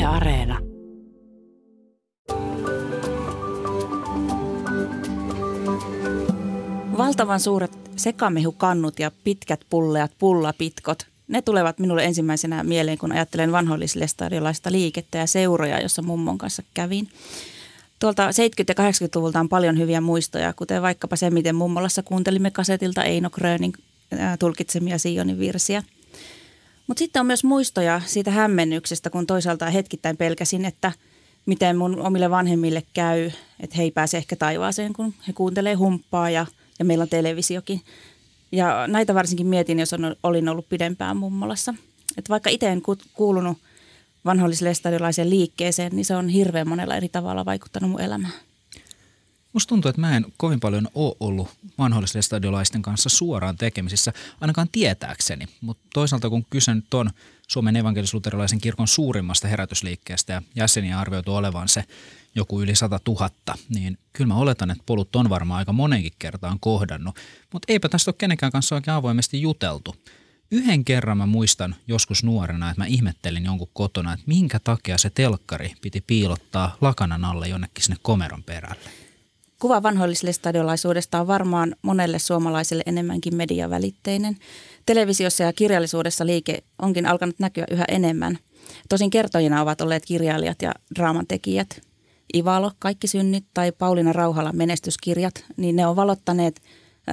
Areena. Valtavan suuret sekamehukannut ja pitkät pulleat pullapitkot, ne tulevat minulle ensimmäisenä mieleen, kun ajattelen vanhoillislestadiolaista liikettä ja seuroja, jossa mummon kanssa kävin. Tuolta 70- ja 80-luvulta on paljon hyviä muistoja, kuten vaikkapa se, miten mummolassa kuuntelimme kasetilta Eino Grönin tulkitsemia Sionin virsiä. Mutta sitten on myös muistoja siitä hämmennyksestä, kun toisaalta hetkittäin pelkäsin, että miten mun omille vanhemmille käy, että he ei pääse ehkä taivaaseen, kun he kuuntelee humppaa ja meillä on televisiokin. Ja näitä varsinkin mietin, jos olin ollut pidempään mummolassa. Että vaikka itse en kuulunut vanhoillislestadiolaiseen liikkeeseen, niin se on hirveän monella eri tavalla vaikuttanut mun elämään. Musta tuntuu, että mä en kovin paljon ole ollut vanhoillislestadiolaisten kanssa suoraan tekemisissä, ainakaan tietääkseni. Mutta toisaalta kun kysyn ton Suomen evankelis-luterilaisen kirkon suurimmasta herätysliikkeestä ja jäseniä arvioitu olevan se joku yli 100 000, niin kyllä mä oletan, että polut on varmaan aika monenkin kertaan kohdannut. Mutta eipä tästä ole kenenkään kanssa oikein avoimesti juteltu. Yhden kerran mä muistan joskus nuorena, että mä ihmettelin jonkun kotona, että minkä takia se telkkari piti piilottaa lakanan alle jonnekin sinne komeron perälle. Kuva vanhoillislestadiolaisuudesta on varmaan monelle suomalaiselle enemmänkin mediavälitteinen. Televisiossa ja kirjallisuudessa liike onkin alkanut näkyä yhä enemmän. Tosin kertojina ovat olleet kirjailijat ja draamantekijät. Ivalo, Kaikki synnit tai Pauliina Rauhalan menestyskirjat, niin ne on valottaneet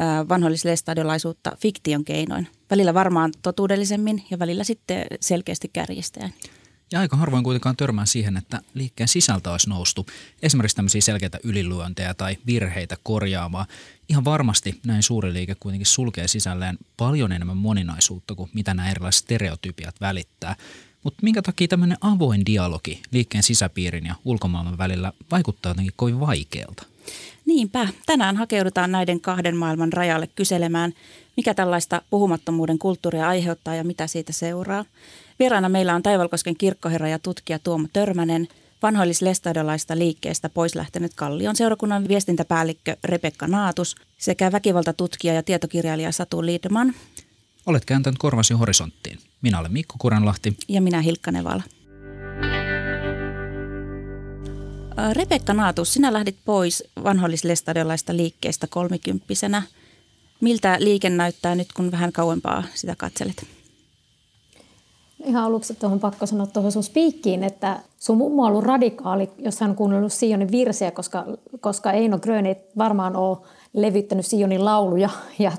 vanhoillislestadiolaisuutta fiktion keinoin. Välillä varmaan totuudellisemmin ja välillä sitten selkeästi kärjistäen. Ja aika harvoin kuitenkaan törmää siihen, että liikkeen sisältä olisi noustu esimerkiksi tämmöisiä selkeitä ylilyöntejä tai virheitä korjaamaan. Ihan varmasti näin suuri liike kuitenkin sulkee sisälleen paljon enemmän moninaisuutta kuin mitä nämä erilaiset stereotypiat välittää. Mutta minkä takia tämmöinen avoin dialogi liikkeen sisäpiirin ja ulkomaailman välillä vaikuttaa jotenkin kovin vaikealta? Niinpä. Tänään hakeudutaan näiden kahden maailman rajalle kyselemään, mikä tällaista puhumattomuuden kulttuuria aiheuttaa ja mitä siitä seuraa. Vieraana meillä on Taivalkosken kirkkoherra ja tutkija Tuomo Törmänen, vanhoillislestadiolaista liikkeestä pois lähtenyt Kallion seurakunnan viestintäpäällikkö Rebekka Naatus sekä väkivaltatutkija ja tietokirjailija Satu Lidman. Olet kääntänyt korvasi horisonttiin. Minä olen Mikko Kurenlahti. Ja minä Hilkka Nevala. Rebekka Naatus, sinä lähdit pois vanhoillislestadiolaista liikkeestä 30-vuotiaana. Miltä liike näyttää nyt, kun vähän kauempaa sitä katselet? Ihan aluksi tuohon pakko sanoa tuohon sun spiikkiin, että sun mummo on ollut radikaali, jos hän on kuunnellut Sionin virsiä, koska Eino Grön ei varmaan ole levyttänyt Sionin lauluja. Ja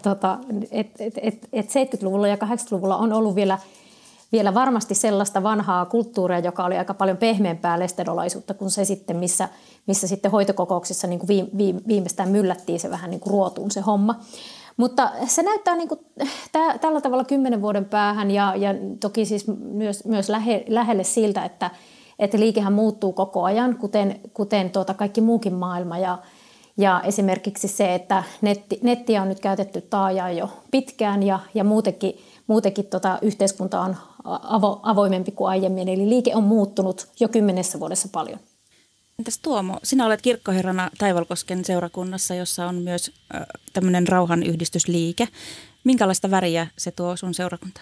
70-luvulla ja 80-luvulla on ollut vielä varmasti sellaista vanhaa kulttuuria, joka oli aika paljon pehmeämpää lestadiolaisuutta kuin se sitten, missä sitten hoitokokouksissa niin kuin viimeistään myllättiin se vähän niin kuin ruotuun se homma. Mutta se näyttää niin kuin tällä tavalla 10 vuoden päähän ja toki siis myös lähelle siltä, että liikehän muuttuu koko ajan, kuten kaikki muukin maailma. Ja esimerkiksi se, että nettiä on nyt käytetty taajaan jo pitkään ja muutenkin yhteiskunta on avoimempi kuin aiemmin. Eli liike on muuttunut jo 10 vuodessa paljon. Entäs Tuomo, sinä olet kirkkoherrana Taivalkosken seurakunnassa, jossa on myös tämmöinen rauhanyhdistysliike. Minkälaista väriä se tuo sun seurakuntaan?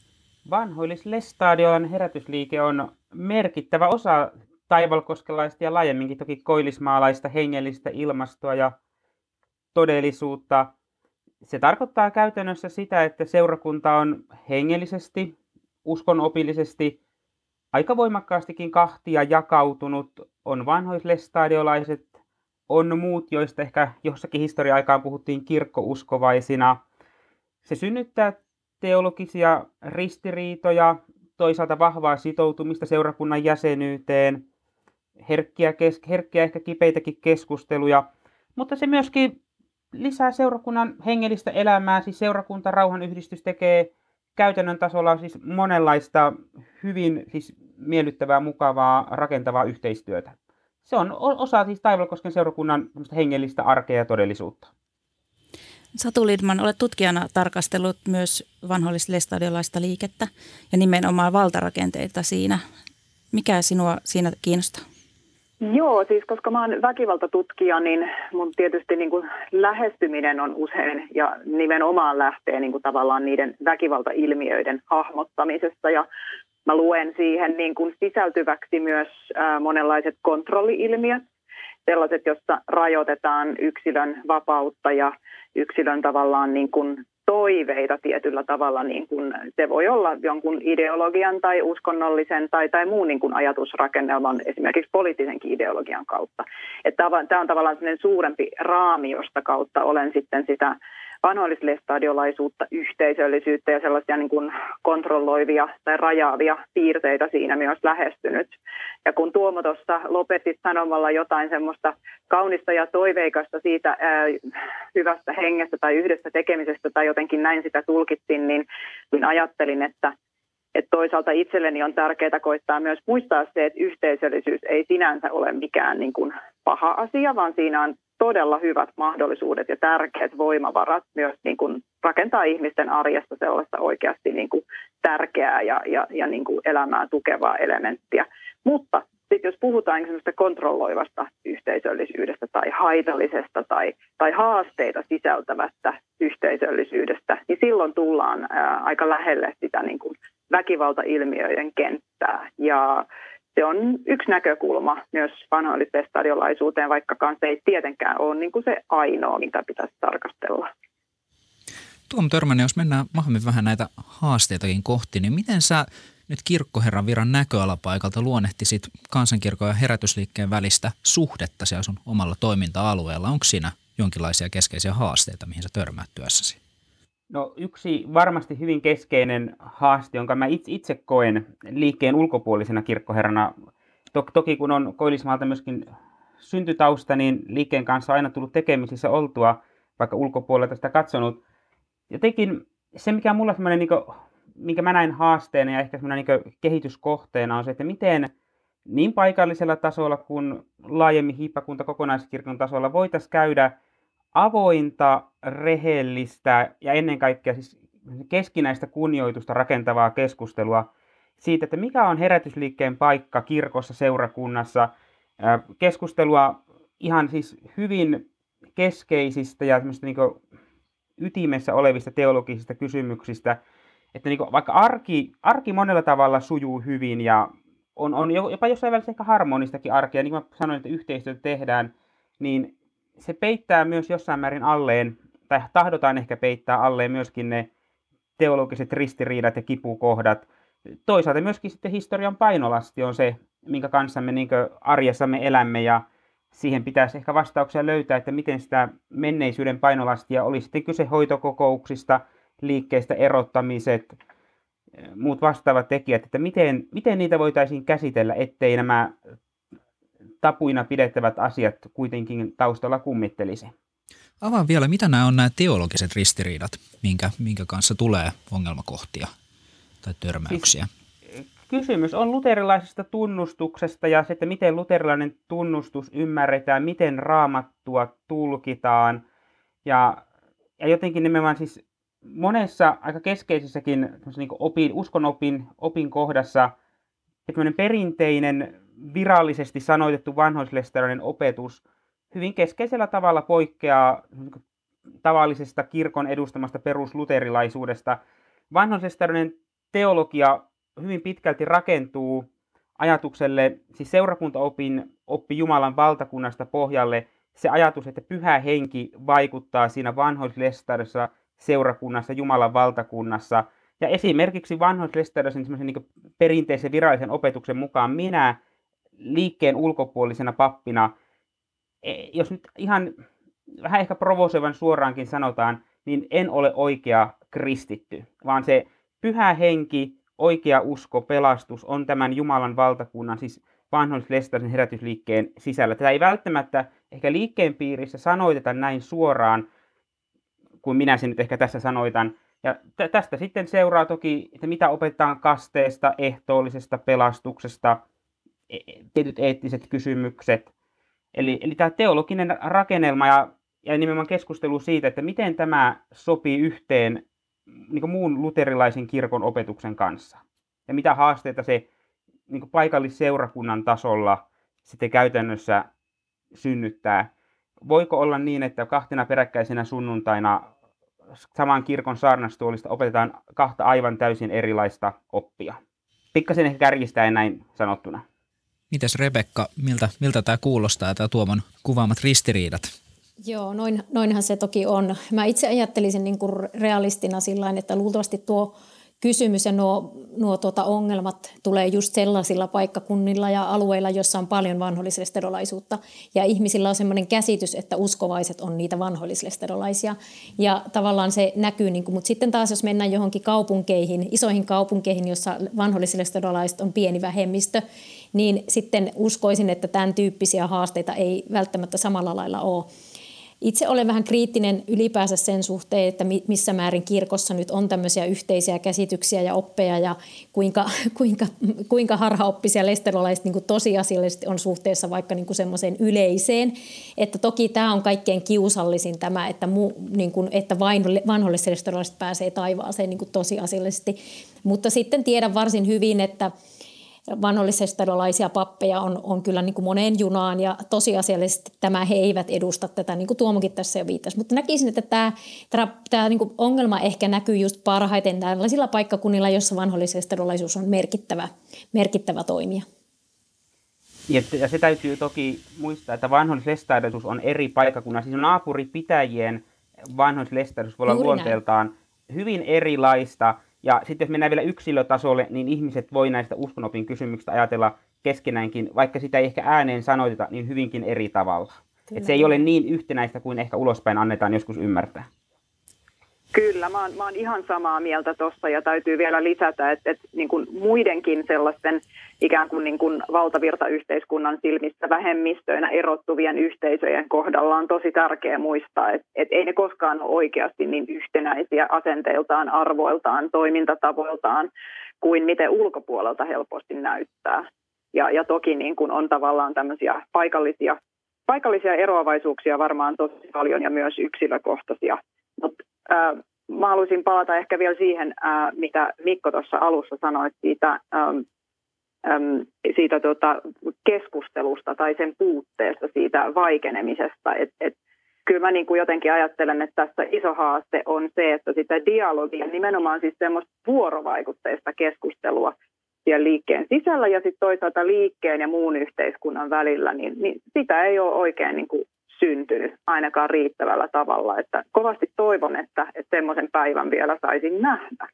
Vanhoillislestadion herätysliike on merkittävä osa taivalkoskelaista ja laajemminkin toki koillismaalaista hengellistä ilmastoa ja todellisuutta. Se tarkoittaa käytännössä sitä, että seurakunta on hengellisesti, uskonopillisesti aika voimakkaastikin kahtia jakautunut. On vanhoillislestadiolaiset, on muut, joista ehkä jossakin historia-aikaan puhuttiin kirkkouskovaisina. Se synnyttää teologisia ristiriitoja, toisaalta vahvaa sitoutumista seurakunnan jäsenyyteen, herkkiä ehkä kipeitäkin keskusteluja, mutta se myöskin lisää seurakunnan hengellistä elämää. Siis seurakunta rauhanyhdistys tekee käytännön tasolla siis monenlaista hyvin siis miellyttävää, mukavaa, rakentavaa yhteistyötä. Se on osa siis Taivalkosken seurakunnan hengellistä arkea ja todellisuutta. Satu Lidman, olet tutkijana tarkastellut myös vanhoillislestadiolaista liikettä ja nimenomaan valtarakenteita siinä. Mikä sinua siinä kiinnostaa? Joo, siis koska mä oon väkivaltatutkija, niin mun tietysti niin kuin lähestyminen on usein ja nimenomaan lähtee niin kuin tavallaan niiden väkivaltailmiöiden hahmottamisesta. Ja Mä luen siihen niin kuin sisältyväksi myös monenlaiset kontrolli-ilmiöt, sellaiset, joissa rajoitetaan yksilön vapautta ja yksilön tavallaan niin kuin toiveita tietyllä tavalla. Niin kuin se voi olla jonkun ideologian tai uskonnollisen tai muun niin kuin ajatusrakennelman, esimerkiksi poliittisenkin ideologian kautta. Tämä on tavallaan sellainen suurempi raami, josta kautta olen sitten sitä vanhoillislestadiolaisuutta, yhteisöllisyyttä ja sellaisia niin kuin kontrolloivia tai rajaavia piirteitä siinä myös lähestynyt. Ja kun Tuomo tuossa lopetit sanomalla jotain semmoista kaunista ja toiveikasta siitä hyvästä hengestä tai yhdessä tekemisestä tai jotenkin näin sitä tulkitsin, niin ajattelin, että toisaalta itselleni on tärkeää koittaa myös muistaa se, että yhteisöllisyys ei sinänsä ole mikään niin kuin paha asia, vaan siinä on todella hyvät mahdollisuudet ja tärkeät voimavarat myös niin kuin rakentaa ihmisten arjesta sellaista oikeasti niin kuin tärkeää ja niin kuin elämää tukevaa elementtiä. Mutta sitten jos puhutaan semmoista kontrolloivasta yhteisöllisyydestä tai haitallisesta tai haasteita sisältävästä yhteisöllisyydestä, niin silloin tullaan aika lähelle sitä niin kuin väkivaltailmiöiden kenttää. Ja se on yksi näkökulma myös vanhoillislestadiolaisuuteen, vaikkakaan se ei tietenkään ole niin kuin se ainoa, mitä pitäisi tarkastella. Tuomo Törmänen, jos mennään vahvemmin vähän näitä haasteitakin kohti, niin miten sä nyt kirkkoherran viran näköalapaikalta luonnehtisit Kansankirkon ja herätysliikkeen välistä suhdetta siellä sun omalla toiminta-alueella? Onko siinä jonkinlaisia keskeisiä haasteita, mihin sä törmäät työssäsi? No yksi varmasti hyvin keskeinen haaste, jonka mä itse koen liikkeen ulkopuolisena kirkkoherrana. Toki kun on Koillismaalta myöskin syntytausta, niin liikkeen kanssa on aina tullut tekemisissä oltua, vaikka ulkopuolelta sitä katsonut. Jotenkin se, mikä on mulla semmoinen, minkä mä näin haasteena ja ehkä semmoinen kehityskohteena on se, että miten niin paikallisella tasolla kuin laajemmin hiippakunta kokonaiskirkon tasolla voitaisiin käydä avointa, rehellistä ja ennen kaikkea siis keskinäistä kunnioitusta rakentavaa keskustelua siitä, että mikä on herätysliikkeen paikka kirkossa, seurakunnassa. Keskustelua ihan siis hyvin keskeisistä ja ytimessä olevista teologisista kysymyksistä, että vaikka arki monella tavalla sujuu hyvin ja on jopa jossain välissä ehkä harmonistakin arkea, niin kuin mä sanoin, että yhteistyötä tehdään, niin se peittää myös jossain määrin alleen, tai tahdotaan ehkä peittää alleen myöskin ne teologiset ristiriidat ja kipukohdat. Toisaalta myöskin sitten historian painolasti on se, minkä kanssa me arjessamme elämme, ja siihen pitäisi ehkä vastauksia löytää, että miten sitä menneisyyden painolastia, oli sitten kyse hoitokokouksista, liikkeistä erottamiset, muut vastaavat tekijät, että miten niitä voitaisiin käsitellä, ettei nämä tapuina pidettävät asiat kuitenkin taustalla kummittelisi. Avaa vielä, mitä nämä on nämä teologiset ristiriidat, minkä kanssa tulee ongelmakohtia tai törmäyksiä? Siis, kysymys on luterilaisesta tunnustuksesta ja se, että miten luterilainen tunnustus ymmärretään, miten Raamattua tulkitaan ja jotenkin nimenomaan siis monessa aika keskeisessäkin uskonopin kohdassa perinteinen virallisesti sanoitettu vanhoillislestadiolainen opetus hyvin keskeisellä tavalla poikkeaa tavallisesta kirkon edustamasta perusluterilaisuudesta. Vanhoillislestadiolainen teologia hyvin pitkälti rakentuu ajatukselle, siis oppi Jumalan valtakunnasta pohjalle, se ajatus, että Pyhä Henki vaikuttaa siinä vanhoillislestadiolaisessa seurakunnassa, Jumalan valtakunnassa. Ja esimerkiksi vanhoillislestadiolaisen niin perinteisen virallisen opetuksen mukaan minä liikkeen ulkopuolisena pappina, jos nyt ihan vähän ehkä provosoivan suoraankin sanotaan, niin en ole oikea kristitty, vaan se Pyhä Henki, oikea usko, pelastus on tämän Jumalan valtakunnan, siis vanhoillislestadiolaisen herätysliikkeen sisällä. Tätä ei välttämättä ehkä liikkeen piirissä sanoiteta näin suoraan, kuin minä sen nyt ehkä tässä sanoitan. Ja tästä sitten seuraa toki, että mitä opetetaan kasteesta, ehtoollisesta pelastuksesta, tietyt eettiset kysymykset. Eli tämä teologinen rakennelma ja nimenomaan keskustelu siitä, että miten tämä sopii yhteen niin muun luterilaisen kirkon opetuksen kanssa. Ja mitä haasteita se niin paikallisseurakunnan tasolla sitten käytännössä synnyttää. Voiko olla niin, että 2 peräkkäisenä sunnuntaina saman kirkon saarnastuolista opetetaan 2 aivan täysin erilaista oppia? pikkasen ehkä kärjistäen näin sanottuna. Mites Rebekka, miltä tämä kuulostaa, tämä Tuomon kuvaamat ristiriidat? Joo, noinhan se toki on. Mä itse ajattelisin niin kuin realistina sillain, että luultavasti tuo kysymys ja nuo ongelmat tulee just sellaisilla paikkakunnilla ja alueilla, joissa on paljon vanhollislestedolaisuutta. Ja ihmisillä on sellainen käsitys, että uskovaiset on niitä vanhollislestedolaisia. Ja tavallaan se näkyy, mutta sitten taas jos mennään johonkin kaupunkeihin, isoihin kaupunkeihin, jossa vanhollislestedolaiset on pieni vähemmistö, niin sitten uskoisin, että tämän tyyppisiä haasteita ei välttämättä samalla lailla ole. Itse olen vähän kriittinen ylipäänsä sen suhteen, että missä määrin kirkossa nyt on tämmöisiä yhteisiä käsityksiä ja oppeja ja kuinka harhaoppisia lestedolaiset niin tosiasiallisesti on suhteessa vaikka niin semmoiseen yleiseen. Että toki tämä on kaikkein kiusallisin tämä, että vain vanhollislestedolaiset pääsee taivaaseen niin tosiasiallisesti. Mutta sitten tiedän varsin hyvin, että vanhollislestedolaisia pappeja on kyllä niin kuin moneen junaan ja tosiasiallisesti he eivät edusta tätä, niin kuin Tuomokin tässä jo viittasi. Mutta näkisin, että tämä niin kuin ongelma ehkä näkyy just parhaiten tällaisilla paikkakunnilla, jossa vanhollislestedolaisuus on merkittävä toimija. Ja se täytyy toki muistaa, että vanhollislestadiolaisuus on eri paikkakunnassa. Siis naapuripitäjien vanhollislestadiolaisuus voi olla luonteeltaan hyvin erilaista. Ja sitten jos mennään vielä yksilötasolle, niin ihmiset voi näistä uskonopin kysymyksistä ajatella keskenäänkin, vaikka sitä ei ehkä ääneen sanoiteta, niin hyvinkin eri tavalla. Että se ei ole niin yhtenäistä kuin ehkä ulospäin annetaan joskus ymmärtää. Kyllä, mä oon ihan samaa mieltä tuossa ja täytyy vielä lisätä, että niin kuin muidenkin sellaisten ikään kuin, valtavirtayhteiskunnan silmissä vähemmistöinä erottuvien yhteisöjen kohdalla on tosi tärkeää muistaa, että ei ne koskaan ole oikeasti niin yhtenäisiä asenteiltaan, arvoiltaan, toimintatavoiltaan kuin miten ulkopuolelta helposti näyttää. Ja toki niin kuin on tavallaan tämmöisiä paikallisia eroavaisuuksia varmaan tosi paljon ja myös yksilökohtaisia. Mutta mä haluaisin palata ehkä vielä siihen, mitä Mikko tuossa alussa sanoi siitä keskustelusta tai sen puutteesta, siitä vaikenemisesta. Kyllä mä niin kuin jotenkin ajattelen, että tässä iso haaste on se, että sitä dialogia, nimenomaan siis semmoista vuorovaikutteista keskustelua siellä liikkeen sisällä ja sitten toisaalta liikkeen ja muun yhteiskunnan välillä, niin sitä ei ole oikein niin kuin syntynyt ainakaan riittävällä tavalla. Että kovasti toivon, että semmoisen päivän vielä saisin nähdä.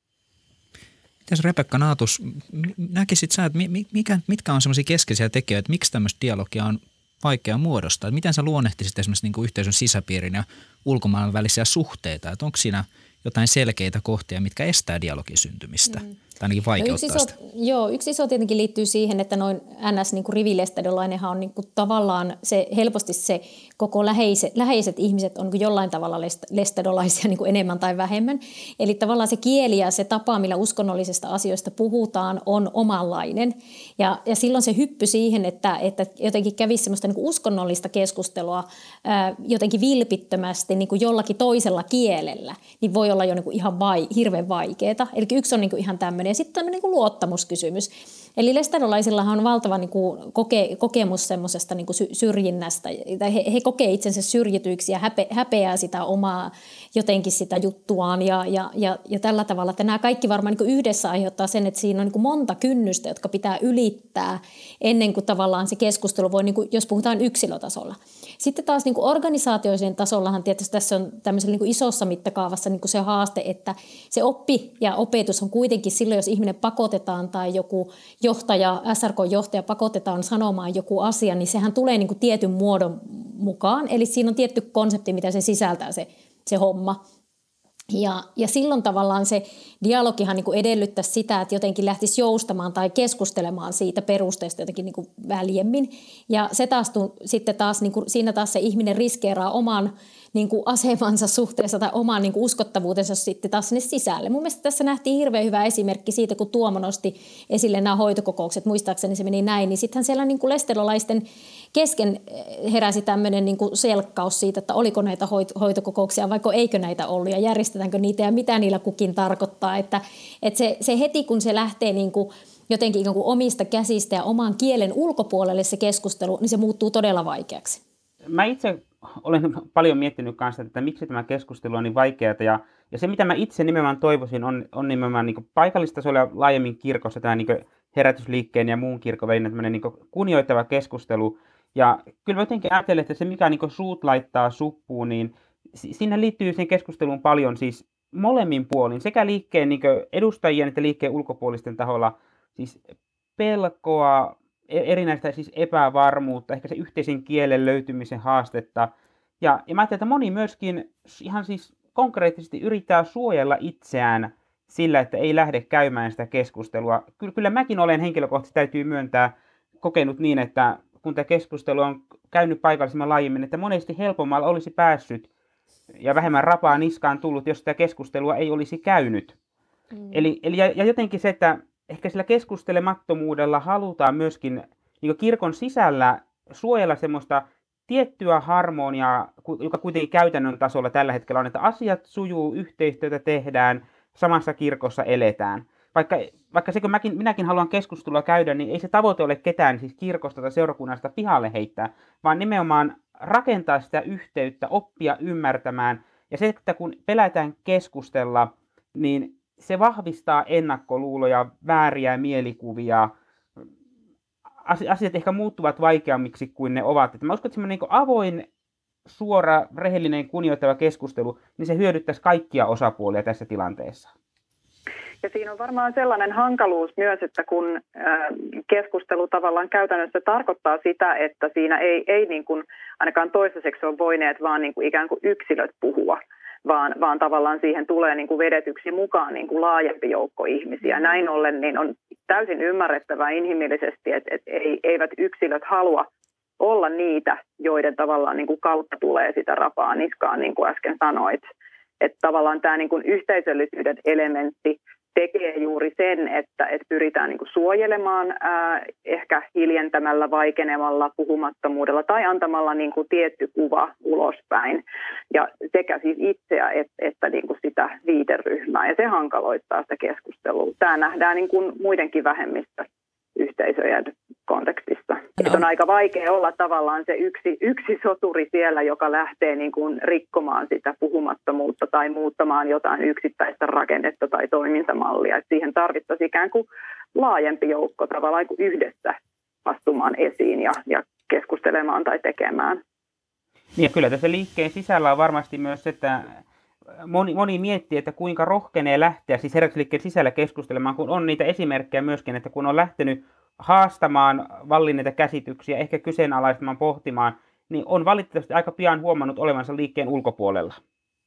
Mites Rebekka Naatus, näkisit sä, että mitkä on semmoisia keskeisiä tekijöitä, että miksi tämmöistä dialogia on vaikea muodostaa? Miten sä luonnehtisit esimerkiksi niin kuin yhteisön sisäpiirin ja ulkomaailman välisiä suhteita? Että onko siinä jotain selkeitä kohtia, mitkä estää dialogin syntymistä? Tai ainakin vaikeuttaa sitä. Yksi iso tietenkin liittyy siihen, että noin NS-rivilestedolainenhan on niinku tavallaan helposti se koko läheiset ihmiset on jollain tavalla lestedolaisia niinku enemmän tai vähemmän. Eli tavallaan se kieli ja se tapa, millä uskonnollisista asioista puhutaan, on omanlainen. Ja silloin se hyppy siihen, että jotenkin kävisi semmoista niinku uskonnollista keskustelua jotenkin vilpittömästi niinku jollakin toisella kielellä, niin voi olla jo niinku ihan hirveän vaikeaa. Eli yksi on niinku ihan tämmöinen. Ja sitten tämmöinen niin luottamuskysymys. Eli lestedolaisillahan on valtava niin kuin kokemus semmoisesta niin kuin syrjinnästä. He kokee itsensä syrjityiksi ja häpeää sitä omaa jotenkin sitä juttuaan ja tällä tavalla. Että nämä kaikki varmaan niin kuin yhdessä aiheuttaa sen, että siinä on niin kuin monta kynnystä, jotka pitää ylittää ennen kuin tavallaan se keskustelu voi, niin kuin, jos puhutaan yksilötasolla. Sitten taas niin kuin organisaatioiden tasollahan tietysti tässä on tämmöisellä niin kuin isossa mittakaavassa niin kuin se haaste, että se oppi ja opetus on kuitenkin silloin, jos ihminen pakotetaan tai joku johtaja, SRK-johtaja pakotetaan sanomaan joku asia, niin sehän tulee niin kuin tietyn muodon mukaan. Eli siinä on tietty konsepti, mitä se sisältää se homma. Ja silloin tavallaan se dialogihan niin kuin edellyttäisi sitä, että jotenkin lähtisi joustamaan tai keskustelemaan siitä perusteesta jotenkin niin kuin väljemmin. Ja se taas, sitten taas, niin kuin, siinä taas se ihminen riskeeraa oman niin kuin asemansa suhteessa tai oman niin kuin uskottavuutensa sitten taas sinne sisälle. Mun mielestä tässä nähtiin hirveän hyvä esimerkki siitä, kun Tuomo nosti esille nämä hoitokokoukset, muistaakseni se meni näin, niin sittenhän siellä niin kuin lestedolaisten kesken heräsi tämmöinen niin kuin selkkaus siitä, että oliko näitä hoitokokouksia vaikka eikö näitä ollut ja järjestetäänkö niitä ja mitä niillä kukin tarkoittaa. Että se heti kun se lähtee niin kuin jotenkin ikään kuin omista käsistä ja oman kielen ulkopuolelle se keskustelu, niin se muuttuu todella vaikeaksi. Mä itse olen paljon miettinyt kanssa, että miksi tämä keskustelu on niin vaikeaa ja Ja se, mitä mä itse nimenomaan toivoisin, on nimenomaan niin paikallistasolla ja laajemmin kirkossa tämä niin herätysliikkeen ja muun kirkon välinen tämmöinen niin kunnioittava keskustelu. Ja kyllä mä jotenkin ajattelen, että se, mikä niin suut laittaa suppuun, niin siinä liittyy sen keskusteluun paljon siis molemmin puolin, sekä liikkeen niin edustajien että liikkeen ulkopuolisten taholla, siis pelkoa, erinäistä siis epävarmuutta, ehkä se yhteisen kielen löytymisen haastetta. Ja mä ajattelen, että moni myöskin ihan siis konkreettisesti yrittää suojella itseään sillä, että ei lähde käymään sitä keskustelua. Kyllä mäkin olen henkilökohtaisesti, täytyy myöntää, kokenut niin, että kun tämä keskustelu on käynyt paikallisemman laajemmin, että monesti helpommalla olisi päässyt ja vähemmän rapaa niskaan tullut, jos sitä keskustelua ei olisi käynyt. Ja jotenkin se, että ehkä sillä keskustelemattomuudella halutaan myöskin niin kirkon sisällä suojella semmoista tiettyä harmoniaa, joka kuitenkin käytännön tasolla tällä hetkellä on, että asiat sujuu, yhteistyötä tehdään, samassa kirkossa eletään. Vaikka se, kun minäkin haluan keskustelua käydä, niin ei se tavoite ole ketään siis kirkosta tai seurakunnasta pihalle heittää, vaan nimenomaan rakentaa sitä yhteyttä, oppia ymmärtämään. Ja se, että kun pelätään keskustella, niin se vahvistaa ennakkoluuloja, vääriä mielikuvia. Asiat ehkä muuttuvat vaikeammiksi kuin ne ovat. Mä uskon, että semmoinen niin avoin, suora, rehellinen, kunnioittava keskustelu, niin se hyödyttäisi kaikkia osapuolia tässä tilanteessa. Ja siinä on varmaan sellainen hankaluus myös, että kun keskustelu tavallaan käytännössä tarkoittaa sitä, että siinä ei niin kuin ainakaan toistaiseksi ole voineet vaan niin kuin ikään kuin yksilöt puhua, vaan tavallaan siihen tulee niin kuin vedetyksi mukaan niin kuin laajempi joukko ihmisiä. Näin ollen niin on täysin ymmärrettävää inhimillisesti, että eivät yksilöt halua olla niitä, joiden tavallaan niin kuin kautta tulee sitä rapaa niskaan, niin kuin äsken sanoit. Että tavallaan tämä niin kuin yhteisöllisyyden elementti tekee juuri sen, että pyritään niin kuin suojelemaan ehkä hiljentämällä, vaikenemalla, puhumattomuudella tai antamalla niin kuin tietty kuva ulospäin. Ja sekä siis itseä että niin kuin sitä viiteryhmää. Ja se hankaloittaa sitä keskustelua. Tämä nähdään niin kuin muidenkin vähemmistöyhteisöjen kontekstissa. No. On aika vaikea olla tavallaan se yksi soturi siellä, joka lähtee niin kuin rikkomaan sitä puhumattomuutta tai muuttamaan jotain yksittäistä rakennetta tai toimintamallia. Et siihen tarvittaisiin ikään kuin laajempi joukko tavallaan kuin yhdessä astumaan esiin ja keskustelemaan tai tekemään. Ja kyllä tässä liikkeen sisällä on varmasti myös, että moni miettii, että kuinka rohkenee lähteä siis herätysliikkeen sisällä keskustelemaan, kun on niitä esimerkkejä myöskin, että kun on lähtenyt haastamaan vallinneita käsityksiä, ehkä kyseenalaistamaan, pohtimaan, niin on valitettavasti aika pian huomannut olevansa liikkeen ulkopuolella.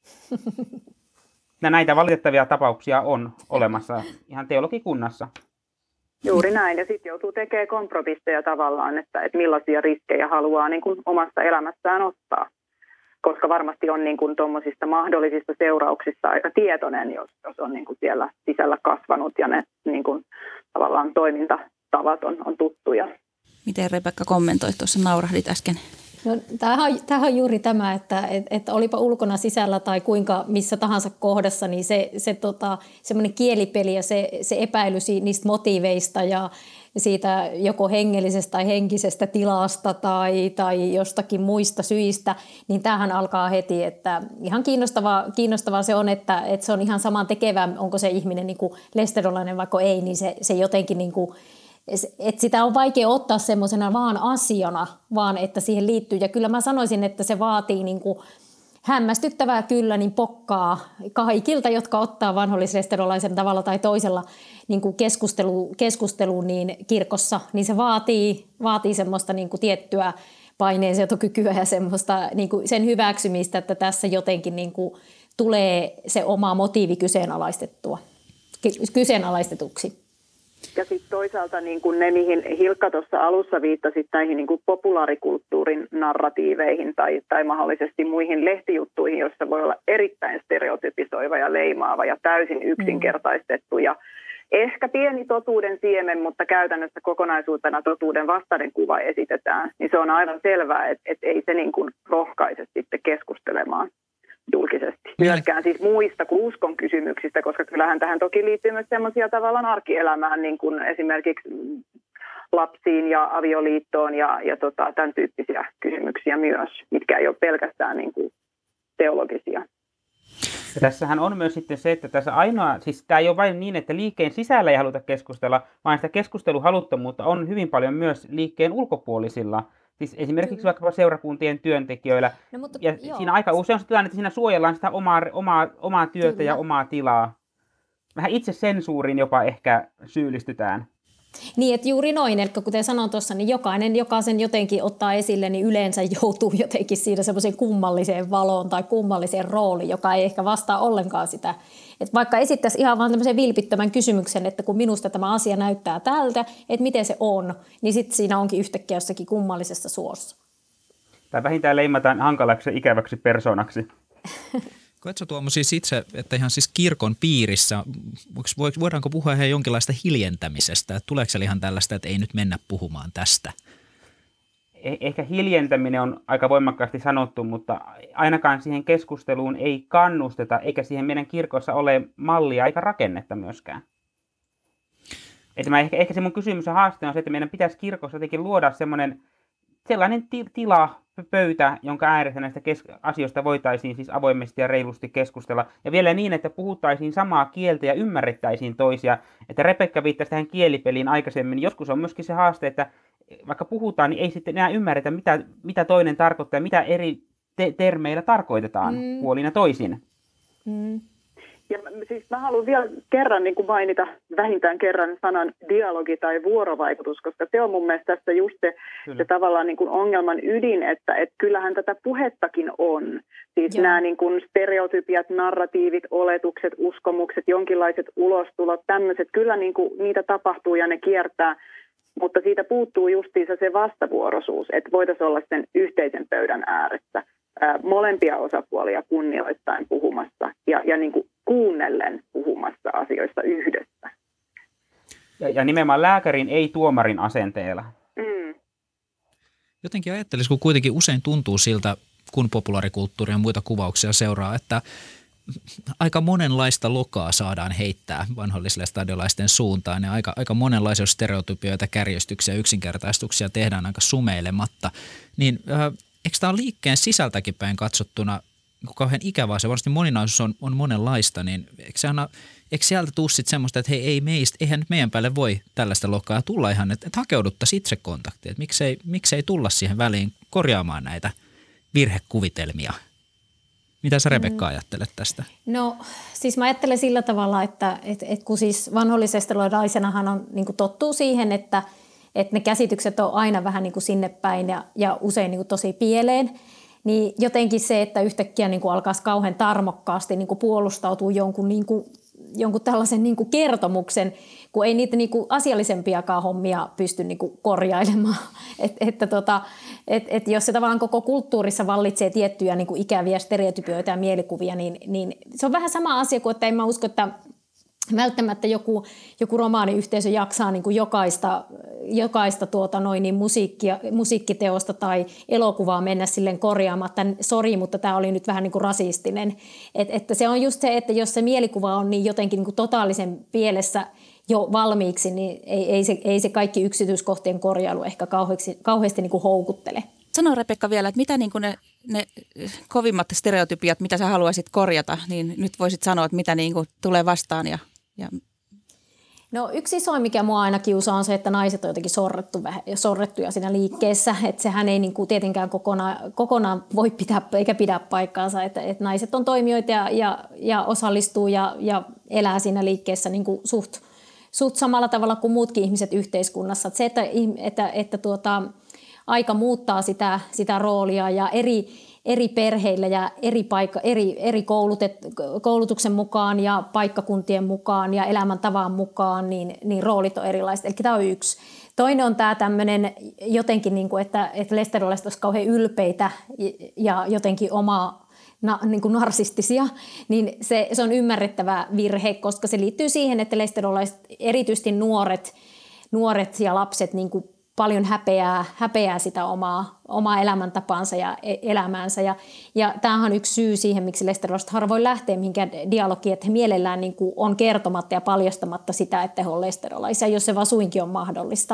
Ja näitä valitettavia tapauksia on olemassa ihan teologikunnassa. Juuri näin, ja sitten joutuu tekemään kompromisseja tavallaan, että millaisia riskejä haluaa niin kuin omasta elämässään ottaa. Koska varmasti on niin kuin tuommoisista mahdollisista seurauksista aika tietoinen, jos on niin kuin siellä sisällä kasvanut ja ne niin kuin tavallaan toimintatavat on tuttuja. Miten Rebekka kommentoit, tuossa naurahdit äsken? No, tämähän on juuri tämä, että olipa ulkona, sisällä tai kuinka missä tahansa kohdassa, niin semmoinen kielipeli ja se epäily niistä motiiveista ja siitä joko hengellisestä tai henkisestä tilasta tai jostakin muista syistä, niin tämähän alkaa heti, että ihan kiinnostavaa se on, että se on ihan saman tekevää, onko se ihminen niin kuin lesterolainen vaikka ei, niin se jotenkin niin kuin, että sitä on vaikea ottaa semmoisena vaan asiana, vaan että siihen liittyy. Ja kyllä mä sanoisin, että se vaatii niin kuin hämmästyttävää kyllä niin pokkaa kaikilta, jotka ottaa vanhollislesterolaisen tavalla tai toisella niin kuin keskusteluun niin kirkossa. Niin se vaatii semmoista niin kuin tiettyä paineensietokykyä ja semmoista niin kuin sen hyväksymistä, että tässä jotenkin niin kuin tulee se oma motiivi kyseenalaistetuksi. Ja sitten toisaalta niin kun ne, mihin Hilkka tuossa alussa viittasit, näihin niin kun populaarikulttuurin narratiiveihin tai mahdollisesti muihin lehtijuttuihin, joissa voi olla erittäin stereotypisoiva ja leimaava ja täysin yksinkertaistettu ja ehkä pieni totuuden siemen, mutta käytännössä kokonaisuutena totuuden vastainen kuva esitetään, niin se on aivan selvää, että ei se niin kun rohkaise sitten keskustelemaan julkisesti. Myöskään siis muista kuin uskon kysymyksistä, koska kyllähän tähän toki liittyy myös sellaisia tavallaan arkielämään, niin kuin esimerkiksi lapsiin ja avioliittoon ja tämän tyyppisiä kysymyksiä myös, mitkä ei ole pelkästään niin kuin teologisia. Ja tässähän on myös sitten se, että tässä siis tämä ei ole vain niin, että liikkeen sisällä ei haluta keskustella, vaan sitä keskusteluhaluttomuutta on hyvin paljon myös liikkeen ulkopuolisilla. Siis esimerkiksi vaikkapa seurakuntien työntekijöillä. No, mutta, ja siinä aika usein on se tilanne, että siinä suojellaan sitä omaa työtä ja omaa tilaa. Vähän itse sensuuriin jopa ehkä syyllistytään. Niin, että juuri noin, eli kuten sanoin tuossa, niin jokainen, joka sen jotenkin ottaa esille, niin yleensä joutuu jotenkin siinä semmoiseen kummalliseen valoon tai kummalliseen rooliin, joka ei ehkä vastaa ollenkaan sitä. Että vaikka esittäisi ihan vaan tämmöisen vilpittömän kysymyksen, että kun minusta tämä asia näyttää tältä, että miten se on, niin sitten siinä onkin yhtäkkiä jossakin kummallisessa suossa. Tai vähintään leimataan hankalaksi ja ikäväksi persoonaksi. Koetko Tuomo siis itse, että ihan siis kirkon piirissä, voidaanko puhua ihan jonkinlaista hiljentämisestä? Että tuleeko se ihan tällaista, että ei nyt mennä puhumaan tästä? Ehkä hiljentäminen on aika voimakkaasti sanottu, mutta ainakaan siihen keskusteluun ei kannusteta, eikä siihen meidän kirkossa ole mallia eikä rakennetta myöskään. Että ehkä se mun kysymys ja haaste on se, että meidän pitäisi kirkossa jotenkin luoda sellainen tila, pöytä, jonka ääressä näistä asioista voitaisiin siis avoimesti ja reilusti keskustella. Ja vielä niin, että puhuttaisiin samaa kieltä ja ymmärrettäisiin toisia. Että Rebekka viittasi tähän kielipeliin aikaisemmin. Joskus on myöskin se haaste, että vaikka puhutaan, niin ei sitten enää ymmärretä, mitä toinen tarkoittaa, mitä eri termeillä tarkoitetaan puolin ja toisin. Ja siis mä haluan vielä kerran niin kuin mainita vähintään kerran sanan dialogi tai vuorovaikutus, koska se on mun mielestä tässä just se tavallaan niin kuin ongelman ydin, että kyllähän tätä puhettakin on. Siis nämä niin kuin stereotypiat, narratiivit, oletukset, uskomukset, jonkinlaiset ulostulot, tämmöiset, kyllä niin kuin niitä tapahtuu ja ne kiertää, mutta siitä puuttuu justiinsa se vastavuoroisuus, että voitaisiin olla sen yhteisen pöydän ääressä. Molempia osapuolia kunnioittain puhumassa ja niin kuin kuunnellen puhumassa asioista yhdessä. Ja nimenomaan lääkärin, ei tuomarin asenteella. Jotenkin ajattelisi, kun kuitenkin usein tuntuu siltä, kun populaarikulttuuria ja muita kuvauksia seuraa, että aika monenlaista lokaa saadaan heittää vanhollislästadiolaisten suuntaan ja aika monenlaisia stereotypioita, kärjistyksiä ja yksinkertaistuksia tehdään aika sumeilematta. Niin eikö tämä ole liikkeen sisältäkin päin katsottuna kauhean ikävää? Se varmasti moninaisuus on monenlaista, niin eikö sieltä tule sitten semmoista, että hei, eihän nyt meidän päälle voi tällaista lokaa tulla ihan, että hakeuduttaisiin itse kontaktiin. Miksei tulla siihen väliin korjaamaan näitä virhekuvitelmia? Mitä sä Rebekka ajattelet tästä? No siis mä ajattelen sillä tavalla, että kun siis vanhollisestolaisenahan on niin kuin tottuu siihen, että ne käsitykset on aina vähän niin kuin sinne päin ja usein niin kuin tosi pieleen, niin jotenkin se, että yhtäkkiä niin kuin alkaisi kauhean tarmokkaasti niin kuin puolustautua jonkun tällaisen niin kuin kertomuksen, kun ei niitä niin kuin asiallisempiakaan hommia pysty niin kuin korjailemaan. Että jos se tavallaan koko kulttuurissa vallitsee tiettyjä niin kuin ikäviä stereotypioita ja mielikuvia, niin se on vähän sama asia kuin, että en mä usko, että välttämättä joku romaaniyhteisö jaksaa niin kuin jokaista musiikkiteosta tai elokuvaa mennä silleen korjaamatta, sori, mutta tämä oli nyt vähän niin kuin rasistinen. Että se on just se, että jos se mielikuva on niin jotenkin niin kuin totaalisen pielessä jo valmiiksi, niin ei se kaikki yksityiskohtien korjailu ehkä kauheasti niin kuin houkuttele. Sano Rebekka vielä, että mitä niin kuin ne kovimmat stereotypiat, mitä sä haluaisit korjata, niin nyt voisit sanoa, että mitä niin kuin tulee vastaan ja... No yksi iso, mikä mua aina kiusaa, on se, että naiset on jotenkin sorrettuja siinä liikkeessä. Että sehän ei niin kuin tietenkään kokonaan voi pitää eikä pidä paikkaansa. Että naiset on toimijoita ja osallistuu ja elää siinä liikkeessä niin kuin suht samalla tavalla kuin muutkin ihmiset yhteiskunnassa. Että se, että aika muuttaa sitä roolia ja eri perheillä ja eri koulutuksen mukaan ja paikkakuntien mukaan ja elämäntavan mukaan, niin roolit on erilaiset. Eli tämä on yksi. Toinen on tämä tämmöinen jotenkin, niin kuin, että lestadiolaiset olisivat kauhean ylpeitä ja jotenkin niin kuin narsistisia, niin se on ymmärrettävä virhe, koska se liittyy siihen, että lestadiolaiset, erityisesti nuoret ja lapset, niin kuin paljon häpeää sitä omaa elämäntapaansa ja elämäänsä. Ja tämähän on yksi syy siihen, miksi lestadiolaiset harvoin lähtee mihinkään dialogiin, että he mielellään niin kuin on kertomatta ja paljastamatta sitä, että he ovat lestadiolaisia, jos se vaan suinkin on mahdollista.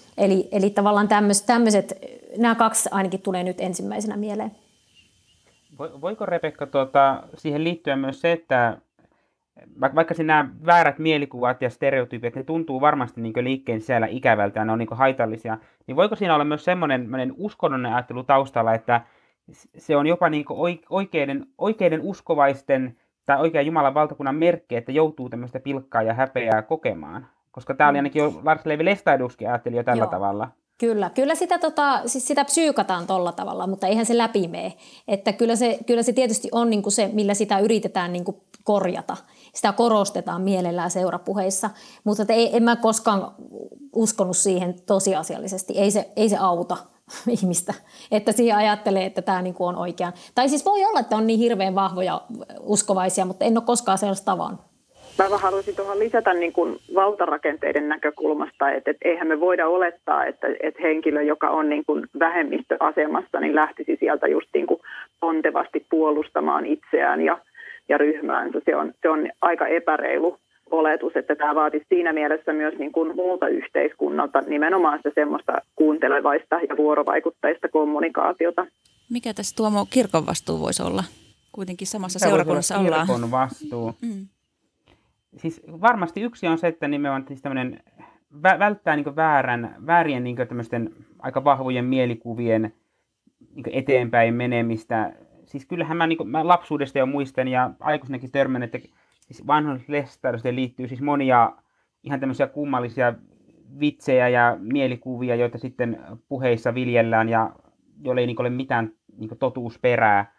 Eli tavallaan tämmöiset, nämä kaksi ainakin tulee nyt ensimmäisenä mieleen. Voiko Rebekka siihen liittyä myös se, että vaikka nämä väärät mielikuvat ja stereotypiat, ne tuntuu varmasti niin liikkeen sisällä ikävältä ja ne on niin haitallisia, niin voiko siinä olla myös semmoinen uskonnollinen ajattelu taustalla, että se on jopa niin oikeiden uskovaisten tai oikean Jumalan valtakunnan merkki, että joutuu tämmöistä pilkkaa ja häpeää kokemaan? Koska tämä oli ainakin jo Lars Levi Lestadiuskin ajatteli jo tällä tavalla. Kyllä sitä, siis sitä psyykataan tolla tavalla, mutta eihän se läpi mene. Että kyllä se tietysti on niin kuin se, millä sitä yritetään niin kuin korjata. Sitä korostetaan mielellään seurapuheissa, mutta en mä koskaan uskonut siihen tosiasiallisesti. Ei se auta ihmistä, että siihen ajattelee, että tämä niin kuin on oikein. Tai siis voi olla, että on niin hirveän vahvoja uskovaisia, mutta en ole koskaan sellaista tavannut. Mä haluaisin tuohon lisätä niin kuin valtarakenteiden näkökulmasta, että eihän me voida olettaa, että henkilö, joka on niin kuin vähemmistöasemassa, niin lähtisi sieltä just niin kuin pontevasti puolustamaan itseään ja ryhmäänsä. Se on aika epäreilu oletus, että tämä vaatisi siinä mielessä myös niin kuin muulta yhteiskunnalta nimenomaan sitä semmoista kuuntelevaista ja vuorovaikutteista kommunikaatiota. Mikä tässä Tuomo kirkon vastuu voisi olla? Kuitenkin samassa seurakunnassa ollaan. Kirkon vastuu. Siis varmasti yksi on se, että nimenomaan siis välttää niin väärien niin tämmöisten aika vahvojen mielikuvien niin eteenpäin menemistä. Siis kyllähän mä lapsuudesta jo muistan ja aikuisenakin törmän, että siis vanhuslestadiuteen liittyy siis monia ihan tämmöisiä kummallisia vitsejä ja mielikuvia, joita sitten puheissa viljellään ja joille ei ole mitään totuusperää.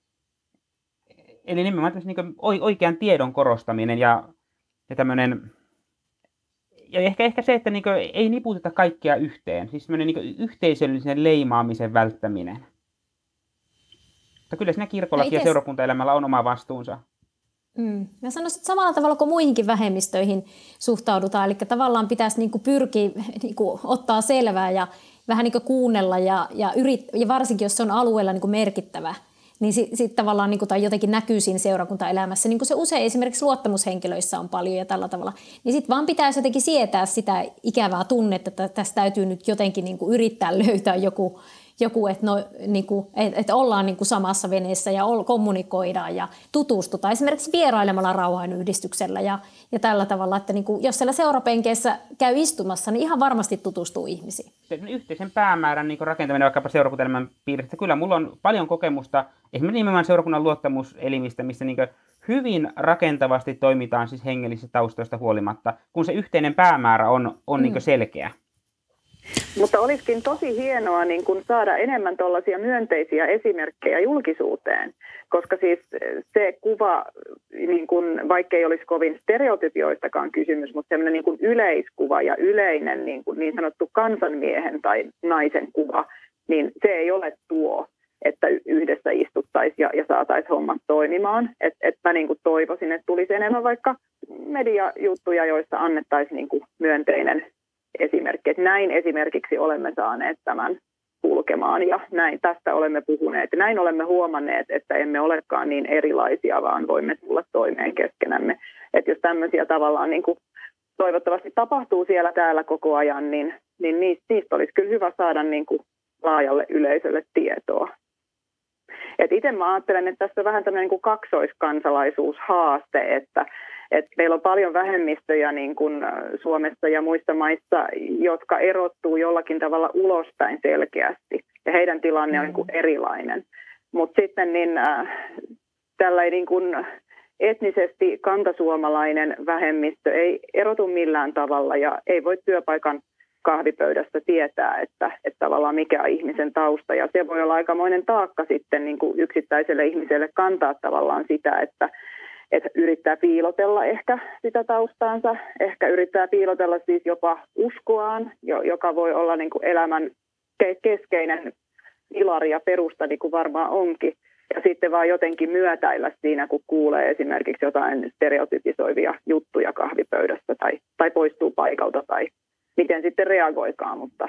Eli nimenomaan oikean tiedon korostaminen ja tämmöinen, ja ehkä se, että ei niputeta kaikkea yhteen, siis tämmöinen yhteisöllisen leimaamisen välttäminen. Mutta kyllä siinä kirkollakin ja seurakuntaelämällä on oma vastuunsa. Mä sanoisin, että samalla tavalla kuin muihinkin vähemmistöihin suhtaudutaan, eli tavallaan pitäisi pyrkiä ottaa selvää ja vähän kuunnella ja varsinkin jos se on alueella merkittävä, niin sitten tavallaan tai jotenkin näkyy siinä seurakuntaelämässä, niin kuin se usein esimerkiksi luottamushenkilöissä on paljon ja tällä tavalla, niin sitten vaan pitäisi jotenkin sietää sitä ikävää tunnetta, että tässä täytyy nyt jotenkin yrittää löytää joku että ollaan samassa veneessä ja kommunikoidaan ja tutustutaan esimerkiksi vierailemalla rauhanyhdistyksellä ja tällä tavalla, että jos siellä seurapenkeessä käy istumassa, niin ihan varmasti tutustuu ihmisiin. Yhteisen päämäärän rakentaminen vaikkapa seurakuntaelämän piirissä. Kyllä mulla on paljon kokemusta esimerkiksi nimenomaan seurakunnan luottamuselimistä, missä hyvin rakentavasti toimitaan siis hengellisistä taustoista huolimatta, kun se yhteinen päämäärä on selkeä. Mutta olisikin tosi hienoa saada enemmän tuollaisia myönteisiä esimerkkejä julkisuuteen, koska siis se kuva, vaikka ei olisi kovin stereotypioistakaan kysymys, mutta sellainen yleiskuva ja yleinen niin sanottu kansanmiehen tai naisen kuva, niin se ei ole tuo, että yhdessä istuttaisiin ja saataisiin hommat toimimaan. Et mä toivoisin, että tulisi enemmän vaikka mediajuttuja, joissa annettaisiin myönteinen esimerkki. Että näin esimerkiksi olemme saaneet tämän kulkemaan ja näin tästä olemme puhuneet. Ja näin olemme huomanneet, että emme olekaan niin erilaisia, vaan voimme tulla toimeen keskenämme. Että jos tämmöisiä tavallaan toivottavasti tapahtuu siellä täällä koko ajan, niin niistä olisi kyllä hyvä saada laajalle yleisölle tietoa. Itse mä ajattelen, että tässä on vähän tämmöinen kaksoiskansalaisuushaaste, että meillä on paljon vähemmistöjä Suomessa ja muissa maissa, jotka erottuu jollakin tavalla ulospäin selkeästi. Ja heidän tilanne on erilainen. Mutta sitten tällainen etnisesti kantasuomalainen vähemmistö ei erotu millään tavalla ja ei voi työpaikan kahvipöydässä tietää, että tavallaan mikä on ihmisen tausta. Ja se voi olla aikamoinen taakka sitten yksittäiselle ihmiselle kantaa tavallaan sitä, että yrittää piilotella ehkä sitä taustaansa, ehkä yrittää piilotella siis jopa uskoaan, joka voi olla elämän keskeinen pilari ja perusta, niin kuin varmaan onkin. Ja sitten vaan jotenkin myötäillä siinä, kun kuulee esimerkiksi jotain stereotypisoivia juttuja kahvipöydässä tai poistuu paikalta tai miten sitten reagoikaan, mutta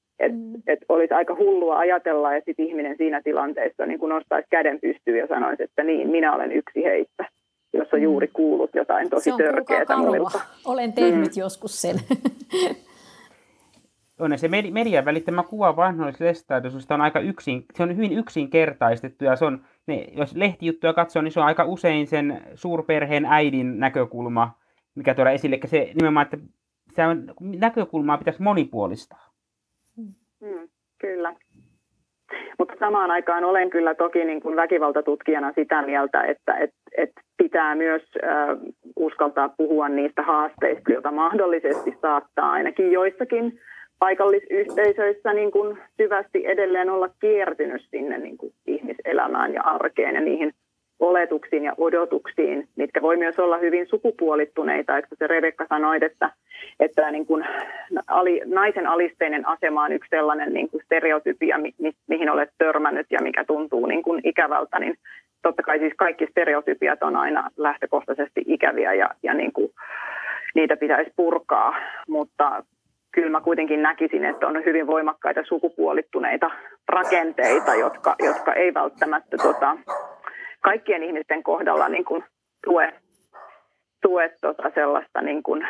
olisi aika hullua ajatella, että sit ihminen siinä tilanteessa nostaisi käden pystyyn ja sanoisi, että niin, minä olen yksi heistä, jos on juuri kuullut jotain tosi törkeätä muilta. Olen tehnyt joskus sen. se median välittämä kuva vanhoillislestadiollisuudesta on se on hyvin yksinkertaistettu ja jos lehtijuttuja katsoo, niin se on aika usein sen suurperheen äidin näkökulma, mikä tuodaan esille. Eli se nimenomaan, että näkökulmaa pitäisi monipuolistaa. Kyllä. Mutta samaan aikaan olen kyllä toki niin kuin väkivaltatutkijana sitä mieltä, että pitää myös uskaltaa puhua niistä haasteista, joita mahdollisesti saattaa ainakin joissakin paikallisyhteisöissä niin kuin syvästi edelleen olla kiertynyt sinne niin kuin ihmiselämään ja arkeen ja niihin oletuksiin ja odotuksiin, mitkä voi myös olla hyvin sukupuolittuneita. Että se Rebekka sanoit, että niin kuin naisen alisteinen asema on yksi sellainen niin kuin stereotypia, mihin olet törmännyt ja mikä tuntuu niin kuin ikävältä, niin totta kai siis kaikki stereotypiat on aina lähtökohtaisesti ikäviä ja niin kuin niitä pitäisi purkaa, mutta kyllä mä kuitenkin näkisin, että on hyvin voimakkaita sukupuolittuneita rakenteita, jotka ei välttämättä kaikkien ihmisten kohdalla niin kuin tue sellaista niin kuin,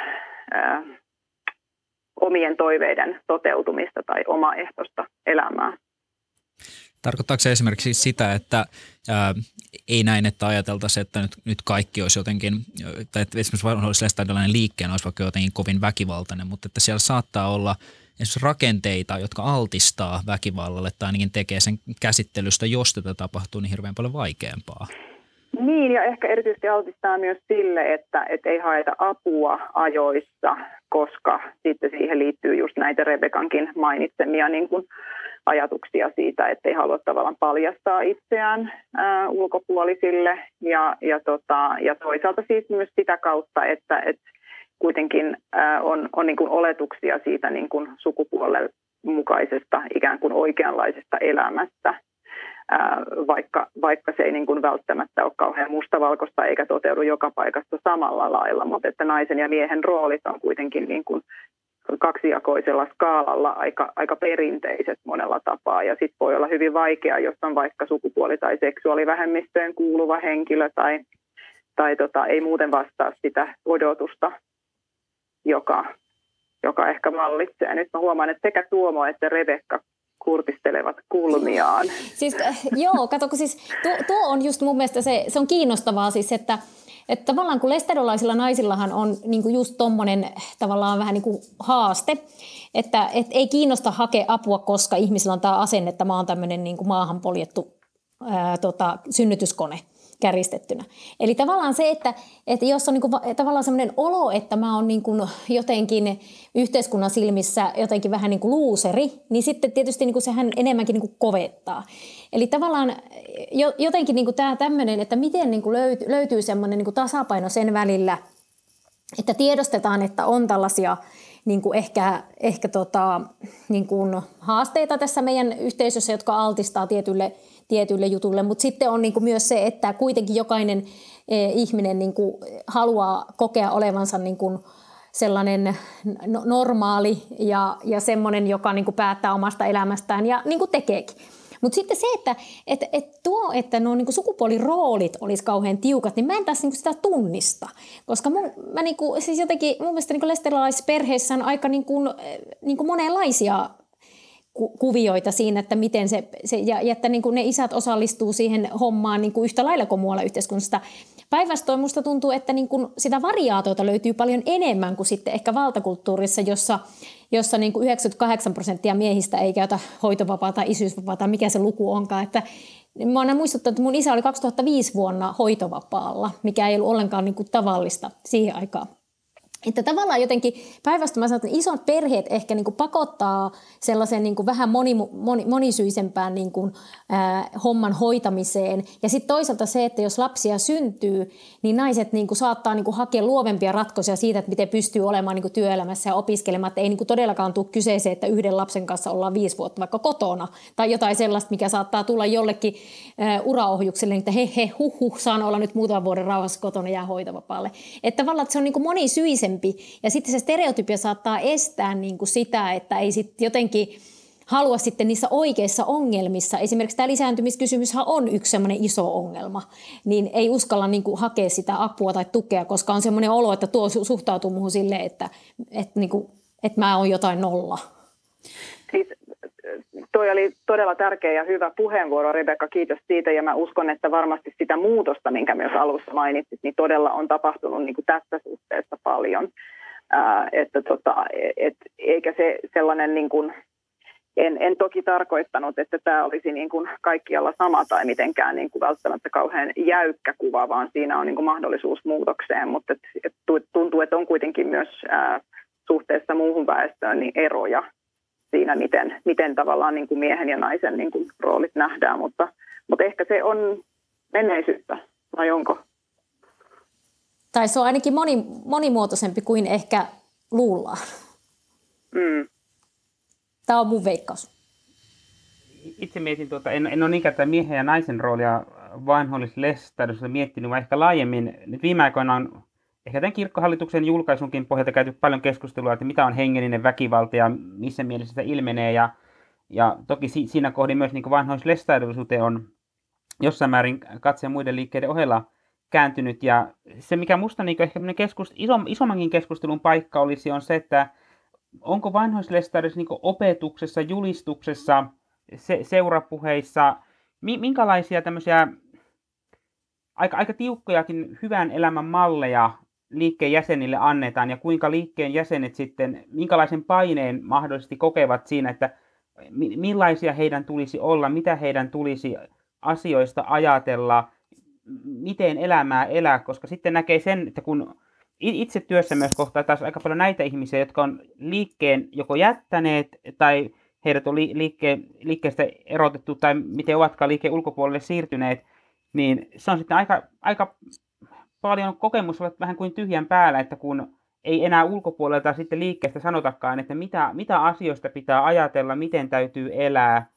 omien toiveiden toteutumista tai omaehtoista elämää. Tarkoittaako se esimerkiksi sitä, että ei näin, että ajateltaisiin, että nyt kaikki olisi jotenkin, tai että esimerkiksi vanhoillislestadiolainen liikkeen olisi vaikka jotenkin kovin väkivaltainen, mutta että siellä saattaa olla esimerkiksi rakenteita, jotka altistaa väkivallalle tai ainakin tekee sen käsittelystä, jos tätä tapahtuu, niin hirveän paljon vaikeampaa. Niin, ja ehkä erityisesti altistaa myös sille, että ei haeta apua ajoissa, koska sitten siihen liittyy just näitä Rebekankin mainitsemia niin kuin ajatuksia siitä, että ei halua tavallaan paljastaa itseään ulkopuolisille ja toisaalta siis myös sitä kautta, että kuitenkin on niin kuin oletuksia siitä niin kuin sukupuolen mukaisesta ikään kuin oikeanlaisesta elämästä, vaikka se ei niin kuin välttämättä ole kauhean mustavalkoista eikä toteudu joka paikassa samalla lailla, mutta että naisen ja miehen roolit on kuitenkin niin kuin kaksijakoisella skaalalla aika perinteiset monella tapaa ja sitten voi olla hyvin vaikea, jos on vaikka sukupuoli- tai seksuaalivähemmistöön kuuluva henkilö tai ei muuten vastaa sitä odotusta, joka ehkä vallitsee. Nyt mä huomaan, että sekä Tuomo että Rebekka kurtistelevat kulmiaan. Siis, joo, kato, kun siis tuo on just mun mielestä se on kiinnostavaa siis, että tavallaan kun lestadiolaisilla naisillahan on niinku just tommonen tavallaan vähän niinku haaste, että ei kiinnosta hakea apua, koska ihmisillä on tämä asenne, että mä oon tämmöinen niinku maahan poljettu synnytyskone kärjistettynä. Eli tavallaan se, että jos on niinku tavallaan semmoinen olo, että mä oon niinku jotenkin yhteiskunnan silmissä jotenkin vähän niinku luuseri, niin sitten tietysti niinku sehän enemmänkin niinku kovettaa. Eli tavallaan jotenkin niinku tämä tämmöinen, että miten niinku löytyy semmoinen niinku tasapaino sen välillä, että tiedostetaan, että on tällaisia niinku ehkä niinku haasteita tässä meidän yhteisössä, jotka altistaa tietylle jutulle, mutta sitten on niinku myös se, että kuitenkin jokainen ihminen niinku haluaa kokea olevansa niinku sellainen normaali ja semmoinen, joka niinku päättää omasta elämästään ja niinku tekeekin. Mutta sitten se, että nuo niinku sukupuoliroolit olisi kauhean tiukat, niin mä en taas niinku sitä tunnista. Koska siis jotenkin, mun mielestä niinku lestadiolaisissa perheissä on aika niinku monenlaisia kuvioita siinä, että miten ja että niin kuin ne isät osallistuu siihen hommaan niin kuin yhtä lailla kuin muualla yhteiskunnassa. Päinvastoin musta tuntuu, että niin kuin sitä variaatiota löytyy paljon enemmän kuin sitten ehkä valtakulttuurissa, jossa niin kuin 98% miehistä ei käytä hoitovapaata, isyysvapaata, mikä se luku onkaan. Että mä oon muistuttanut, että mun isä oli 2005 vuonna hoitovapaalla, mikä ei ollut ollenkaan niin kuin tavallista siihen aikaan. Että tavallaan jotenkin päinvastoin mä sanon, että isot perheet ehkä niin kuin pakottaa sellaisen niin kuin vähän monisyisempään niin kuin, homman hoitamiseen. Ja sitten toisaalta se, että jos lapsia syntyy, niin naiset niin kuin saattaa niin kuin hakea luovempia ratkaisuja siitä, että miten pystyy olemaan niin kuin työelämässä ja opiskelemaan. Että ei niin kuin todellakaan tule kyseeseen, että yhden lapsen kanssa ollaan 5 vuotta vaikka kotona. Tai jotain sellaista, mikä saattaa tulla jollekin uraohjukselle, että saan olla nyt muutaman vuoden rauhassa kotona ja jää hoitovapaalle. Että tavallaan että se on niin kuin monisyisempi. Ja sitten se stereotypia saattaa estää niin kuin sitä, että ei sitten jotenkin halua sitten niissä oikeissa ongelmissa. Esimerkiksi tämä lisääntymiskysymyshän on yksi semmoinen iso ongelma. Niin ei uskalla niin kuin hakea sitä apua tai tukea, koska on semmoinen olo, että tuo suhtautuu muuhun silleen, että mä oon jotain nolla. Siis toi oli todella tärkeä ja hyvä puheenvuoro, Rebekka, kiitos siitä. Ja mä uskon, että varmasti sitä muutosta, minkä myös alussa mainitsit, niin todella on tapahtunut niin kuin tässä suhteessa paljon. Eikä se sellainen, niin kuin, en toki tarkoittanut, että tämä olisi niin kuin kaikkialla sama tai mitenkään niin kuin välttämättä kauhean jäykkä kuva, vaan siinä on niin kuin mahdollisuus muutokseen, mutta tuntuu, että on kuitenkin myös suhteessa muuhun väestöön niin eroja siinä, miten tavallaan niin kuin miehen ja naisen niin kuin roolit nähdään, mutta ehkä se on menneisyyttä, vai onko? Tai se on ainakin monimuotoisempi kuin ehkä luullaan. Tämä on mun veikkaus. Itse mietin, en ole niinkään tätä miehen ja naisen roolia vanhoillisessa lestadiollisessa miettinyt, vaan ehkä laajemmin. Nyt viime aikoina on ehkä tämän kirkkohallituksen julkaisunkin pohjalta käyty paljon keskustelua, että mitä on hengellinen väkivalta ja missä mielessä sitä ilmenee. Ja toki siinä kohdin myös niin vanhoillisessa lestadiollisuuteen on jossain määrin katseen muiden liikkeiden ohella kääntynyt. Ja se, mikä minusta niin ehkä isommankin keskustelun paikka olisi, on se, että onko vanhoillislestadiollisessa niin opetuksessa, julistuksessa, seurapuheissa, minkälaisia tämmöisiä aika tiukkojakin hyvän elämän malleja liikkeen jäsenille annetaan ja kuinka liikkeen jäsenet sitten, minkälaisen paineen mahdollisesti kokevat siinä, että millaisia heidän tulisi olla, mitä heidän tulisi asioista ajatella, miten elämää elää, koska sitten näkee sen, että kun itse työssä myös kohtaa taas aika paljon näitä ihmisiä, jotka on liikkeen joko jättäneet tai heidät on liikkeestä erotettu tai miten ovatkaan liikkeen ulkopuolelle siirtyneet, niin se on sitten aika paljon kokemus vähän kuin tyhjän päällä, että kun ei enää ulkopuolelta sitten liikkeestä sanotakaan, että mitä asioista pitää ajatella, miten täytyy elää.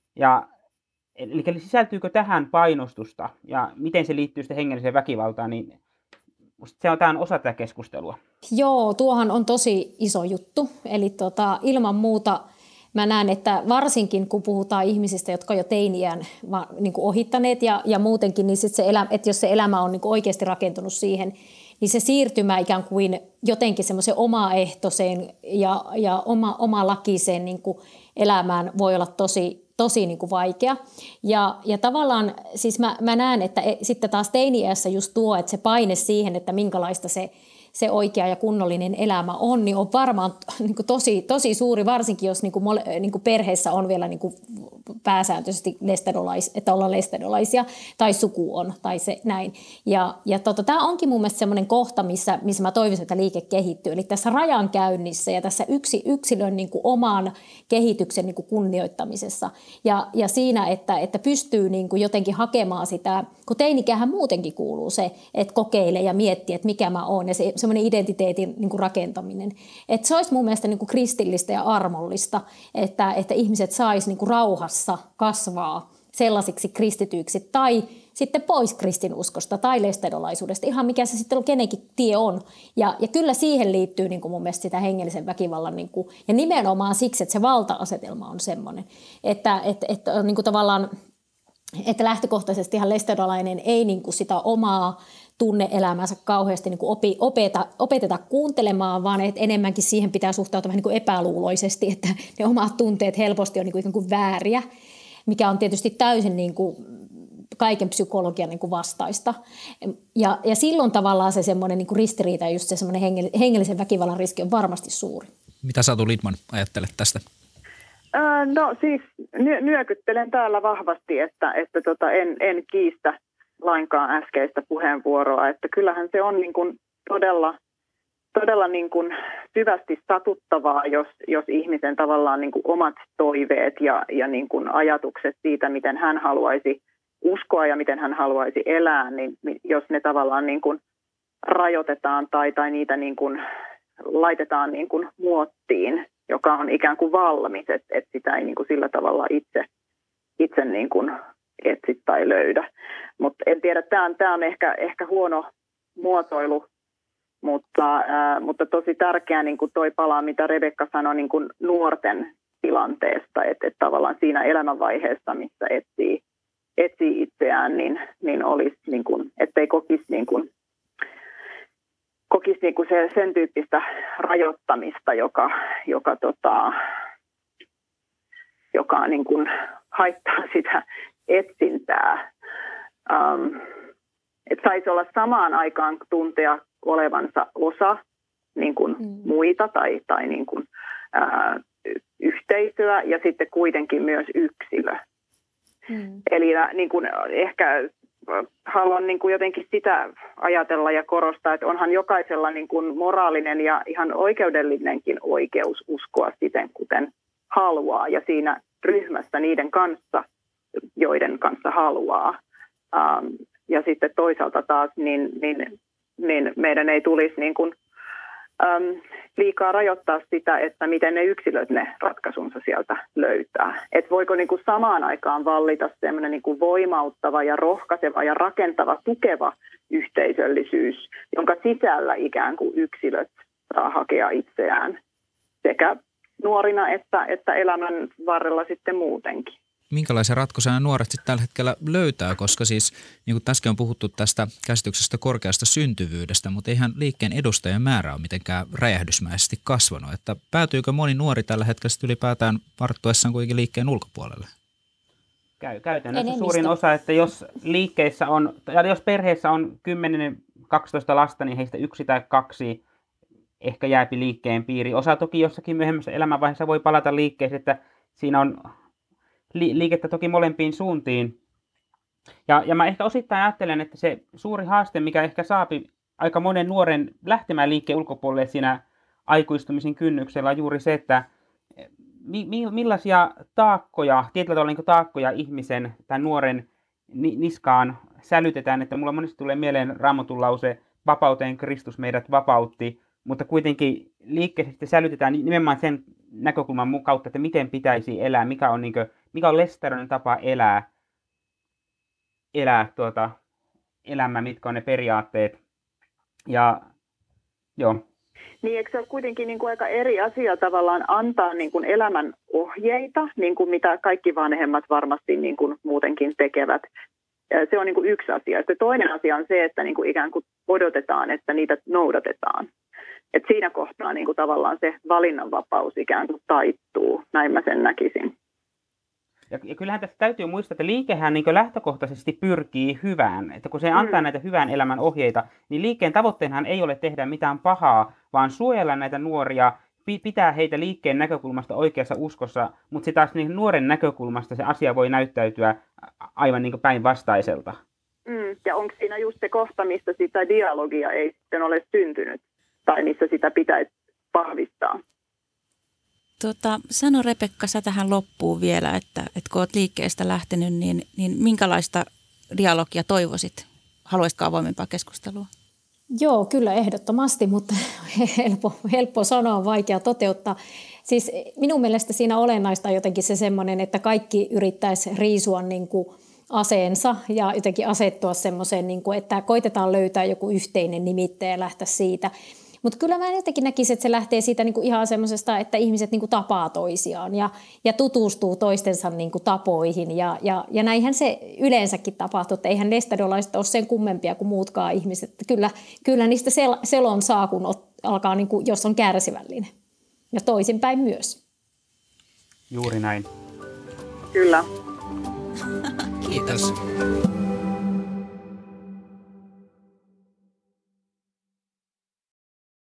Eli sisältyykö tähän painostusta ja miten se liittyy sitten hengelliseen väkivaltaan, niin tämä on osa tätä keskustelua. Joo, tuohan on tosi iso juttu. Eli ilman muuta mä näen, että varsinkin kun puhutaan ihmisistä, jotka on jo teiniään niin kuin ohittaneet ja muutenkin, niin että jos se elämä on niin kuin oikeasti rakentunut siihen, niin se siirtymä ikään kuin jotenkin semmoiseen omaehtoiseen ja omalakiseen niin kuin elämään voi olla tosi niin kuin vaikea. Ja tavallaan siis mä näen, että sitten taas teini-iässä just tuo, että se paine siihen, että minkälaista se oikea ja kunnollinen elämä on, niin on varmaan niin kuin tosi suuri, varsinkin jos niin kuin perheessä on vielä niin kuin pääsääntöisesti että ollaan lestadiolaisia tai suku on tai se näin. Tämä onkin mun mielestä semmoinen kohta, missä mä toivoisin, että liike kehittyy. Eli tässä rajankäynnissä ja tässä yksilön niin kuin oman kehityksen niin kuin kunnioittamisessa ja siinä, että pystyy niin kuin jotenkin hakemaan sitä, kun teinikähän muutenkin kuuluu se, että kokeilee ja miettii, että mikä mä oon ja semmoinen identiteetin niin kuin rakentaminen. Että se olisi mun mielestä niin kuin kristillistä ja armollista, että ihmiset sais niin kuin rauhassa kasvaa sellaisiksi kristityiksi tai sitten pois kristinuskosta tai lestadiolaisuudesta, ihan mikä se sitten kenenkin tie on. Ja kyllä siihen liittyy niin kuin mun mielestä sitä hengellisen väkivallan, niin kuin, ja nimenomaan siksi, että se valta-asetelma on semmoinen, että niin kuin tavallaan, että lähtökohtaisesti ihan lestadiolainen ei niin kuin sitä omaa tunne-elämänsä kauheasti niin kuin opeteta kuuntelemaan, vaan että enemmänkin siihen pitää suhtautua vähän niin kuin epäluuloisesti, että ne omat tunteet helposti on niin kuin vääriä, mikä on tietysti täysin niin kuin kaiken psykologian niin kuin vastaista. Ja silloin tavallaan se semmoinen niin kuin ristiriita ja just se semmoinen hengellisen väkivallan riski on varmasti suuri. Mitä Satu Lidman ajattelet tästä? No siis nyökyttelen täällä vahvasti, että en kiistä lainkaan äskeistä puheenvuoroa, että kyllähän se on niin kuin todella niin kuin syvästi satuttavaa, jos ihmisen tavallaan niin kuin omat toiveet ja niin kuin ajatukset siitä, miten hän haluaisi uskoa ja miten hän haluaisi elää, niin jos ne tavallaan niin kuin rajoitetaan tai niitä niin kuin laitetaan niin kuin muottiin, joka on ikään kuin valmis, että sitä ei niin kuin sillä tavalla itse niin kuin etsi tai löydä. Mutta en tiedä, tämä on ehkä huono muotoilu, mutta tosi tärkeää niin kuin toi palaa, mitä Rebekka sanoi niin kuin nuorten tilanteesta, että tavallaan siinä elämänvaiheessa, missä etsii itseään, niin olisi, niin kuin, ettei kokisi niin kuin sen tyyppistä rajoittamista, joka joka niin kuin haittaa sitä etsintää. Että saisi olla samaan aikaan tuntea olevansa osa niin kuin muita tai niin kuin, yhteisöä ja sitten kuitenkin myös yksilö. Eli niin kuin ehkä haluan niin kuin jotenkin sitä ajatella ja korostaa, että onhan jokaisella niin kuin moraalinen ja ihan oikeudellinenkin oikeus uskoa siten, kuten haluaa ja siinä ryhmässä niiden kanssa, joiden kanssa haluaa. Ja sitten toisaalta taas niin meidän ei tulisi niin kuin, liikaa rajoittaa sitä, että miten ne yksilöt ne ratkaisunsa sieltä löytää. Että voiko niin kuin samaan aikaan vallita semmoinen niin kuin voimauttava ja rohkaiseva ja rakentava, tukeva yhteisöllisyys, jonka sisällä ikään kuin yksilöt saa hakea itseään sekä nuorina että elämän varrella sitten muutenkin. Minkälaisia ratkaisuja nuoret sitten tällä hetkellä löytää, koska siis niin kuin tässäkin on puhuttu tästä käsityksestä korkeasta syntyvyydestä, mutta eihän liikkeen edustajien määrä ole mitenkään räjähdysmäisesti kasvanut. Että päätyykö moni nuori tällä hetkellä ylipäätään varttuessaan kuitenkin liikkeen ulkopuolelle? Käytännössä suurin osa, että jos liikkeissä on, tai jos perheessä on 10-12 lasta, niin heistä 1 tai 2 ehkä jääpi liikkeen piiriin. Osa toki jossakin myöhemmässä elämänvaiheessa voi palata liikkeeseen, että siinä on liikettä toki molempiin suuntiin. Ja mä ehkä osittain ajattelen, että se suuri haaste, mikä ehkä saapi aika monen nuoren lähtemään liikkeen ulkopuolelle siinä aikuistumisen kynnyksellä, on juuri se, että millaisia taakkoja, tietyllä tavalla niin taakkoja ihmisen tai nuoren niskaan sälytetään, että mulla monesti tulee mieleen Raamatun lause, vapauteen Kristus meidät vapautti, mutta kuitenkin liikkeessä sälytetään nimenomaan sen näkökulman kautta, että miten pitäisi elää, mikä on lestaroinen tapa elää elämää, mitkä on ne periaatteet. Ja joo. Niin, eikö se ole kuitenkin niin kuin aika eri asia tavallaan antaa niin kuin elämän ohjeita, niin kuin mitä kaikki vanhemmat varmasti niin kuin muutenkin tekevät. Se on niin kuin yksi asia. Sitten toinen asia on se, että niin kuin ikään kuin odotetaan, että niitä noudatetaan. Et siinä kohtaa niin kuin tavallaan se valinnanvapaus ikään kuin taittuu, näin mä sen näkisin. Ja kyllähän tässä täytyy muistaa, että liikehän niin kuin lähtökohtaisesti pyrkii hyvään. Että kun se antaa näitä hyvän elämän ohjeita, niin liikkeen tavoitteenhan ei ole tehdä mitään pahaa, vaan suojella näitä nuoria, pitää heitä liikkeen näkökulmasta oikeassa uskossa, mutta sitten taas niin nuoren näkökulmasta se asia voi näyttäytyä aivan niin kuin päinvastaiselta. Ja onko siinä just se kohta, missä sitä dialogia ei sitten ole syntynyt, tai missä sitä pitäisi vahvistaa? Sano Rebekka, sä tähän loppuun vielä, että kun olet liikkeestä lähtenyt, niin minkälaista dialogia toivoisit? Haluaisitko avoimempaa keskustelua? Joo, kyllä ehdottomasti, mutta helppo sanoa, vaikea toteuttaa. Siis minun mielestä siinä olennaista on jotenkin se semmoinen, että kaikki yrittäisi riisua niin kuin aseensa ja jotenkin asettua semmoiseen, niin kuin, että koitetaan löytää joku yhteinen nimittäjä ja lähteä siitä. Mutta kyllä mä jotenkin näkisin, että se lähtee siitä niinku ihan semmoisesta, että ihmiset niinku tapaa toisiaan ja tutustuu toistensa niinku tapoihin. Ja näinhän se yleensäkin tapahtuu, että eihän lestadiolaiset ole sen kummempia kuin muutkaan ihmiset. Kyllä niistä selon saa, kun alkaa, niinku, jos on kärsivällinen. Ja toisinpäin myös. Juuri näin. Kyllä. Kiitos.